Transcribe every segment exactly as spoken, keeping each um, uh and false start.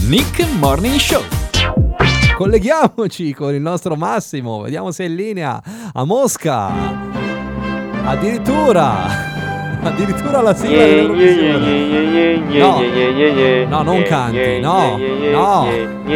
Nick Morning Show. Colleghiamoci con il nostro Massimo, vediamo se è in linea a Mosca. Addirittura Addirittura la sigla dell'Eurovisione. No, no, non canti, no, no.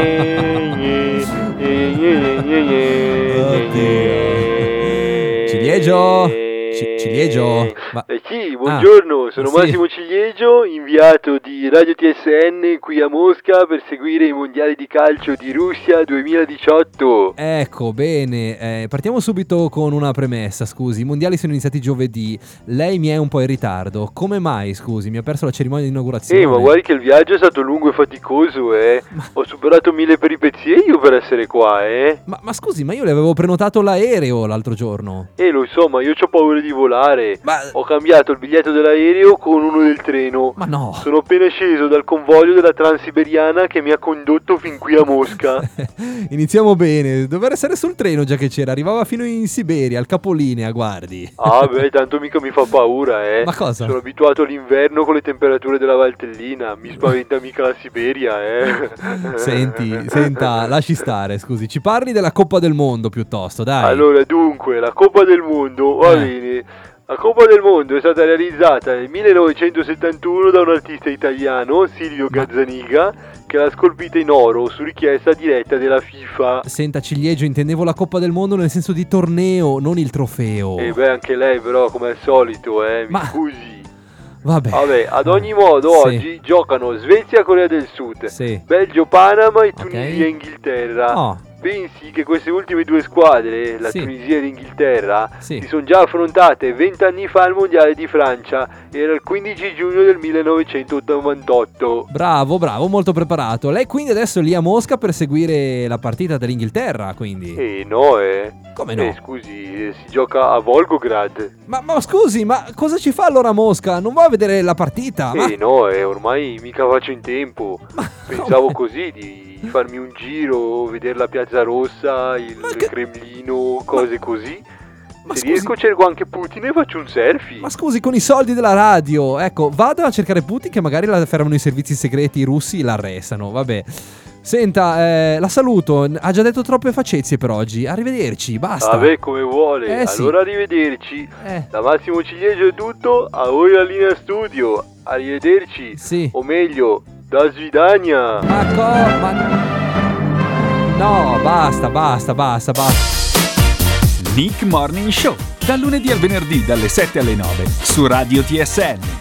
Oddio. Ciliegio? C- Ciliegio? Ma... Eh sì, buongiorno, ah, sono sì. Massimo Ciliegio, inviato di Radio T S N qui a Mosca per seguire i mondiali di calcio di Russia duemiladiciotto. Ecco, bene, eh, partiamo subito con una premessa, scusi, i mondiali sono iniziati giovedì, lei mi è un po' in ritardo, come mai, scusi, mi ha perso la cerimonia di inaugurazione? Eh, ma guardi che il viaggio è stato lungo e faticoso, eh, ma... ho superato mille peripezie io per essere qua, eh. Ma, ma scusi, ma io le avevo prenotato l'aereo l'altro giorno. Eh, lo so, ma io c'ho paura di volare. Ma... Ho cambiato il biglietto dell'aereo con uno del treno. Ma no. Sono appena sceso dal convoglio della Transiberiana che mi ha condotto fin qui a Mosca. Iniziamo bene. Dover essere sul treno già che c'era. Arrivava fino in Siberia, al capolinea, guardi. Ah beh, tanto mica mi fa paura, eh. Ma cosa? Sono abituato all'inverno con le temperature della Valtellina. Mi spaventa mica la Siberia, eh. Senti, senta, lasci stare, scusi. Ci parli della Coppa del Mondo piuttosto, dai. Allora, dunque, la Coppa del Mondo, va eh. bene. La Coppa del Mondo è stata realizzata nel millenovecentosettantuno da un artista italiano, Silvio Ma... Gazzaniga, che l'ha scolpita in oro su richiesta diretta della FIFA. Senta Ciliegio, intendevo la Coppa del Mondo nel senso di torneo, non il trofeo. E beh, anche lei però, come al solito, eh, mi Ma... scusi. Vabbè. Vabbè, ad ogni modo sì. oggi giocano Svezia, Corea del Sud, sì. Belgio, Panama e okay. Tunisia, Inghilterra. Oh. Pensi che queste ultime due squadre, la sì. Tunisia e l'Inghilterra, sì. si sono già affrontate vent'anni fa al Mondiale di Francia, era il quindici giugno del millenovecentottantotto. Bravo, bravo, molto preparato. Lei quindi adesso è lì a Mosca per seguire la partita dell'Inghilterra, quindi? Eh no, eh. Come no? Eh, scusi, eh, si gioca a Volgograd. Ma, ma scusi, ma cosa ci fa allora a Mosca? Non va a vedere la partita? Eh ma... no, eh, ormai mica faccio in tempo. Ma Pensavo come? così di farmi un giro, vedere la Piazza Rossa, il che... Cremlino, cose ma... così. Ma Se scusi... riesco cerco anche Putin e faccio un selfie. Ma scusi, con i soldi della radio, ecco, vada a cercare Putin che magari la fermano i servizi segreti russi e la arrestano, vabbè. Senta, eh, la saluto, ha già detto troppe facezie per oggi, arrivederci, basta. Vabbè, come vuole, eh, allora sì. arrivederci. Eh. Da Massimo Ciliegio è tutto, a voi la linea studio, arrivederci. Sì. O meglio, da Svidania. Ma co... ma... No, basta, basta, basta, basta. Nick Morning Show, dal lunedì al venerdì dalle sette alle nove su Radio T S N.